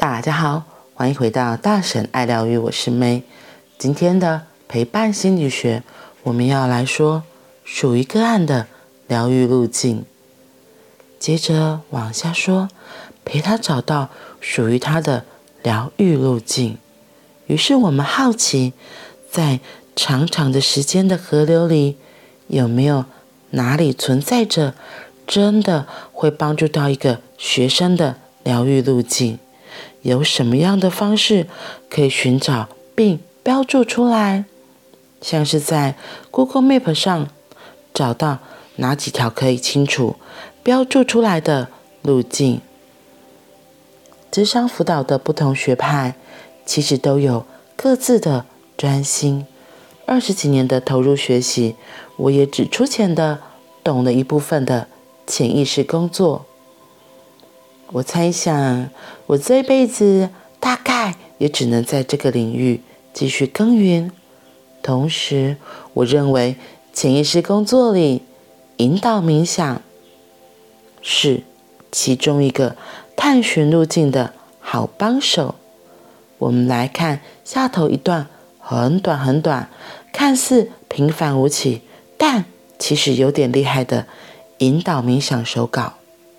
大家好，欢迎回到大神爱疗愈，我是 May。今天的陪伴心理学，我们要来说属于个案的疗愈路径。接着往下说，陪他找到属于他的疗愈路径。于是我们好奇，在长长的时间的河流里，有没有哪里存在着真的会帮助到一个学生的疗愈路径？有什么样的方式可以寻找并标注出来？像是在 Google Map 上找到哪几条可以清楚标注出来的路径。諮商輔導的不同學派其實都有各自的專心。20幾年的投入學習，我也只粗淺的懂了一部分的潛意識工作。我猜想，我這輩子大概也只能在這個領域繼續耕耘。同時，我認為潛意識工作裡，引導冥想是其中一個探尋路徑的好幫手。我們來看下頭一段很短很短，看似平凡無奇，但其實有點厲害的引導冥想手稿。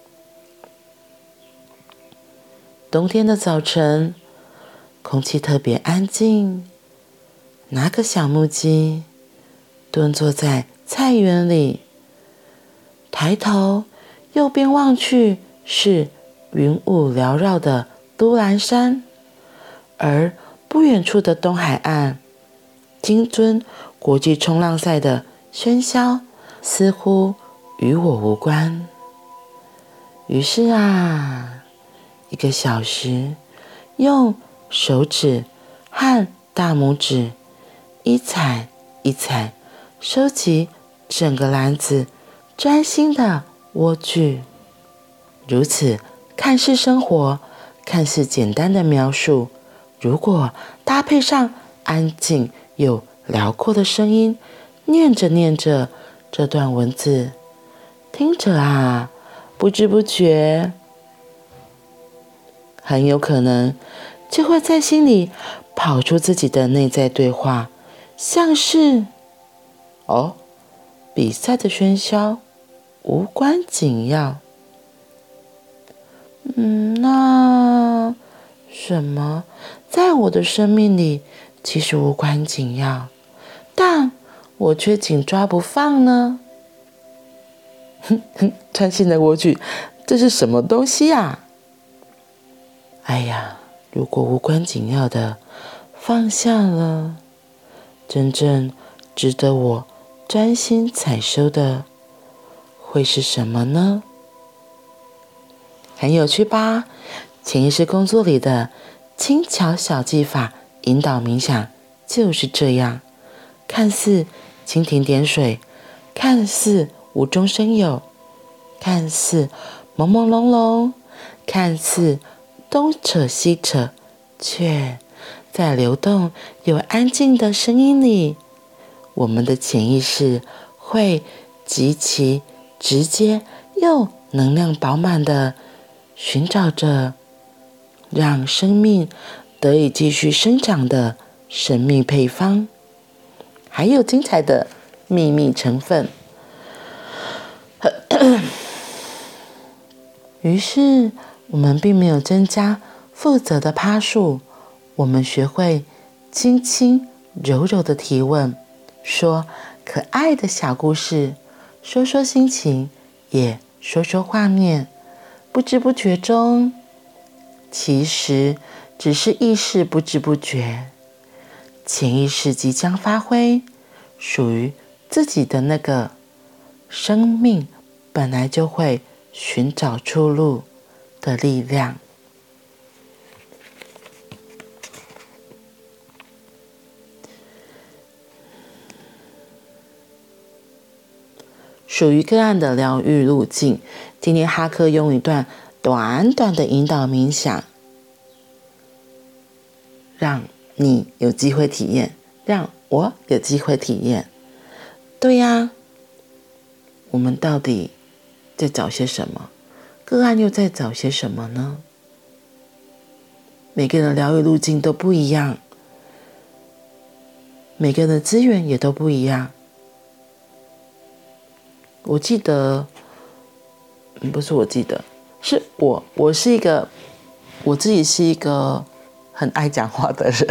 冬天的早晨，空氣特別安靜，拿個小木屐，蹲坐在菜園裡，抬頭右邊望去是雲霧繚繞的都蘭山，而不遠處的東海岸，金樽國際衝浪賽的喧囂似乎與我無關。於是1個小時，用手指和大拇指一踩一踩，收集整個籃子，專心的萵苣。如此看似生活、看似簡單的描述，如果搭配上安靜又遼闊的聲音，念着念着這段文字，聽着不知不覺，很有可能就會在心裡跑出自己的內在對話，像是比賽的喧囂無關緊要。那什麼在我的生命裡其實無關緊要，但我卻緊抓不放呢？專心的萵苣，這是什麼東西啊？哎呀，如果無關緊要的放下了，真正值得我專心採收的會是什麼呢？很有趣吧？潛意識工作裡的輕巧小技法引導冥想就是這樣，看似蜻蜓點水，看似無中生有，看似朦朦朧朧，看似東扯西扯，卻在流動又安靜的聲音裡，我們的潛意識會極其直接又能量飽滿的尋找着讓生命得以繼續生長的神秘配方，還有精彩的秘密成分。於是我們並沒有增加負責的趴數，我們學會輕輕柔柔的提問，說可愛的小故事，說說心情，也說說畫面。不知不覺中，其實只是意識不知不覺，潛意識即將發揮屬於自己的那個生命本來就會尋找出路的力量。屬於個案的療癒路徑，今天哈克用一段短短的引導冥想，讓你有機會體驗，讓我有機會體驗。對呀，我們到底在找些什麼？個案又在找些什麼呢？ 每个人的疗愈路径都不一样，每个人的资源也都不一样。我记得，不是我记得，是我是一个，我自己是一个很爱讲话的人。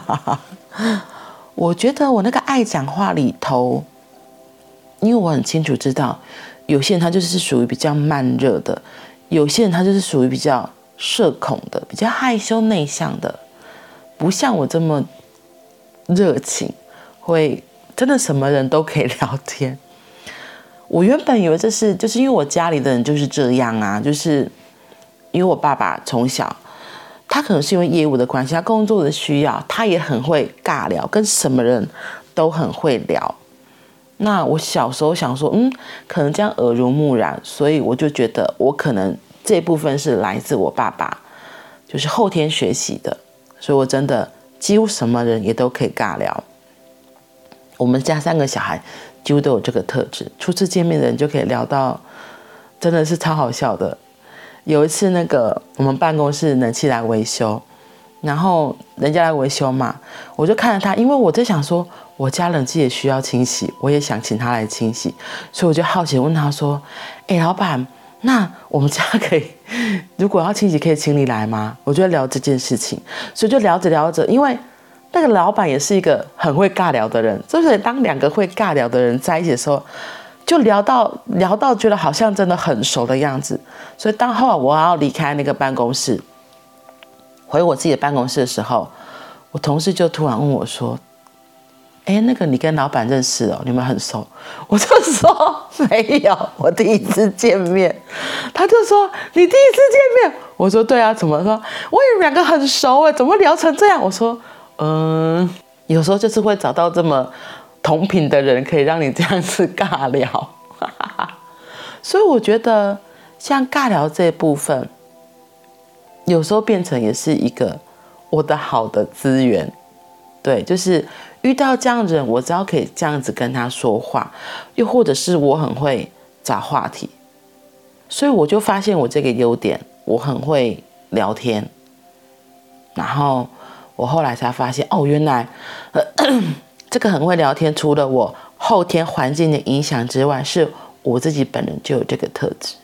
我觉得我那个爱讲话里头，因为我很清楚知道，有些人他就是属于比较慢热的，有些人他就是属于比较社恐的，比较害羞内向的，不像我这么热情，会真的什么人都可以聊天。我原本以为就是因为我家里的人就是这样啊，就是因为我爸爸从小，他可能是因为业务的关系，他工作的需要，他也很会尬聊，跟什么人都很会聊。那我小时候想说，可能这样耳濡目染，所以我就觉得我可能这部分是来自我爸爸，就是后天学习的，所以我真的几乎什么人也都可以尬聊。我们家3个小孩几乎都有这个特质，初次见面的人就可以聊到，真的是超好笑的。有一次我们办公室冷气来维修，然后人家来维修嘛，我就看着他，因为我在想说我家冷气也需要清洗，我也想请他来清洗，所以我就好奇问他说，老板，那我们家可以如果要清洗可以请你来吗？我就在聊这件事情，所以就聊着聊着，因为那个老板也是一个很会尬聊的人，所以当2个会尬聊的人在一起的时候，就聊到觉得好像真的很熟的样子。所以当后来我要离开那个办公室，回我自己的办公室的时候，我同事就突然问我说，那个你跟老板认识哦？你们很熟？我就说没有，我第一次见面。他就说你第一次见面？我说对啊，怎么说？我以为2个很熟怎么聊成这样？我说有时候就是会找到这么同频的人，可以让你这样子尬聊。所以我觉得像尬聊这一部分，有时候变成也是一个我的好的资源。对，就是遇到这样的人，我只要可以这样子跟他说话，又或者是我很会找话题，所以我就发现我这个优点，我很会聊天。然后我后来才发现，原来这个很会聊天，除了我后天环境的影响之外，是我自己本人就有这个特质，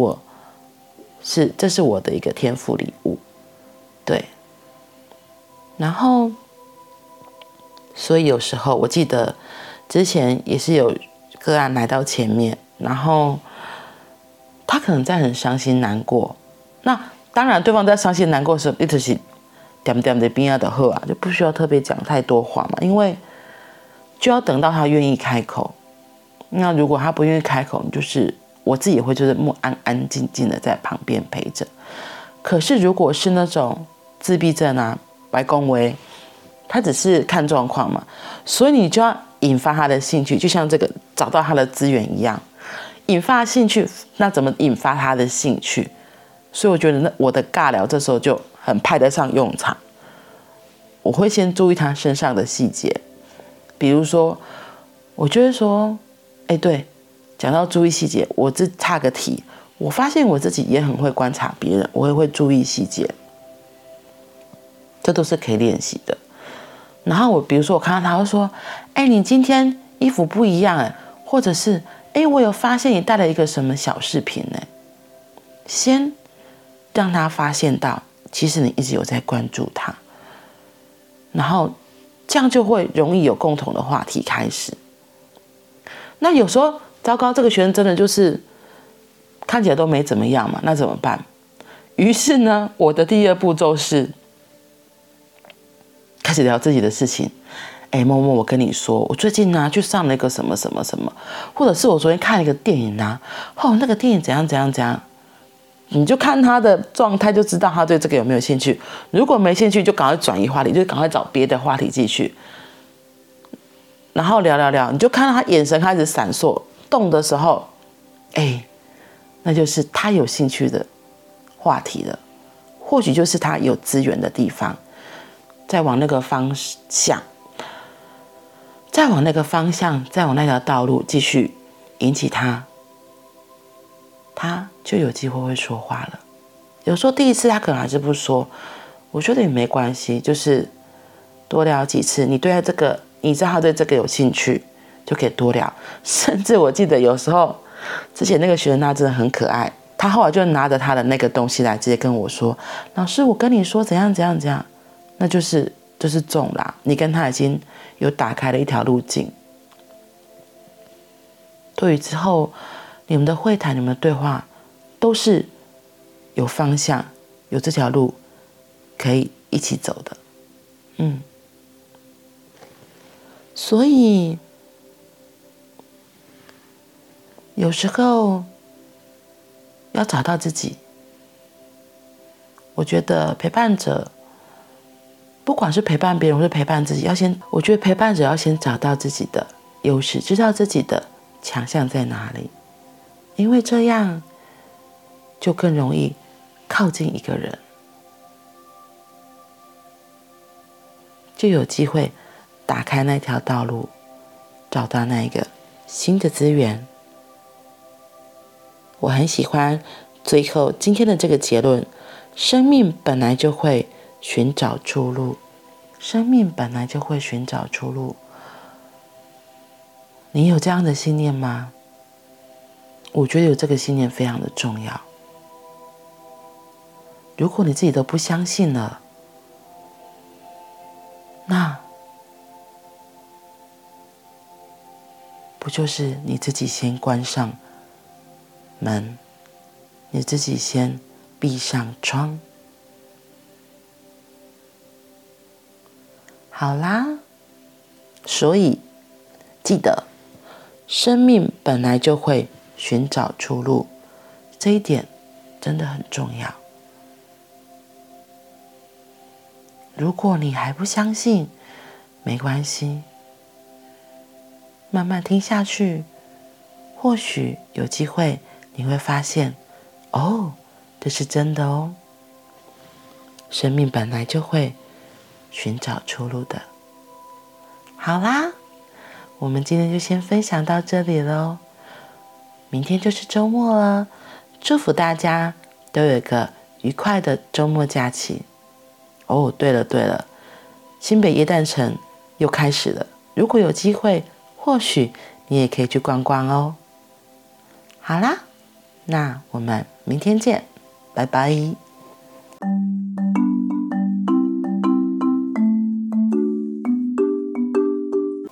这是我的一个天赋礼物。对，然后所以有时候我记得之前也是有个案来到前面，然后他可能在很伤心难过，那当然对方在伤心难过的时候，你就是点点的边的喝啊，就不需要特别讲太多话嘛，因为就要等到他愿意开口。那如果他不愿意开口，就是我自己也会就是安安静静的在旁边陪着。可是如果是那种自闭症啊、白公维，他只是看状况嘛，所以你就要引发他的兴趣，就像这个找到他的资源一样，引发兴趣。那怎么引发他的兴趣？所以我觉得我的尬聊这时候就很派得上用场。我会先注意他身上的细节，比如说，我就会说，对，讲到注意细节，我这岔个题，我发现我自己也很会观察别人，我也会注意细节，这都是可以练习的。然后比如说我看到他会说，你今天衣服不一样或者是我有发现你带了一个什么小饰品先让他发现到其实你一直有在关注他，然后这样就会容易有共同的话题开始。那有时候糟糕，这个学生真的就是看起来都没怎么样嘛，那怎么办？于是呢，我的第2步骤是开始聊自己的事情。默默，我跟你说，我最近去上了一个什么什么什么，或者是我昨天看了一个电影那个电影怎样怎样怎样。你就看他的状态就知道他对这个有没有兴趣。如果没兴趣，就赶快转移话题，就赶快找别的话题继续。然后聊聊聊，你就看到他眼神开始闪烁动的时候，那就是他有兴趣的话题了，或许就是他有资源的地方。再往那个方向，再往那条道路继续引起他就有机会会说话了。有时候第一次他可能还是不说， 我说的也没关系，就是多聊几次，你对这个，你知道他对这个有兴趣，就可以多聊。甚至我记得有时候，之前那个学生他真的很可爱，他后来就拿着他的那个东西来直接跟我说：“老师，我跟你说怎样怎样怎样。”那就是中啦，你跟他已经有打开了一条路径。对于之后你们的会谈、你们的对话，都是有方向、有这条路可以一起走的。所以有时候要找到自己，我觉得陪伴者，不管是陪伴别人或是陪伴自己，我觉得陪伴者要先找到自己的优势，知道自己的强项在哪里，因为这样就更容易靠近一个人，就有机会打开那条道路，找到那一个新的资源。我很喜欢最后今天的这个结论：生命本来就会寻找出路，生命本来就会寻找出路。你有这样的信念吗？我觉得有这个信念非常的重要。如果你自己都不相信了，那不就是你自己先关上门，你自己先闭上窗？好啦，所以记得，生命本来就会寻找出路，这一点真的很重要。如果你还不相信，没关系，慢慢听下去，或许有机会你会发现，哦，这是真的哦。生命本来就会寻找出路的。好啦，我们今天就先分享到这里咯。明天就是周末了，祝福大家都有一个愉快的周末假期。哦，对了，新北耶诞城又开始了，如果有机会，或许你也可以去逛逛哦。好啦，那我们明天见，拜拜。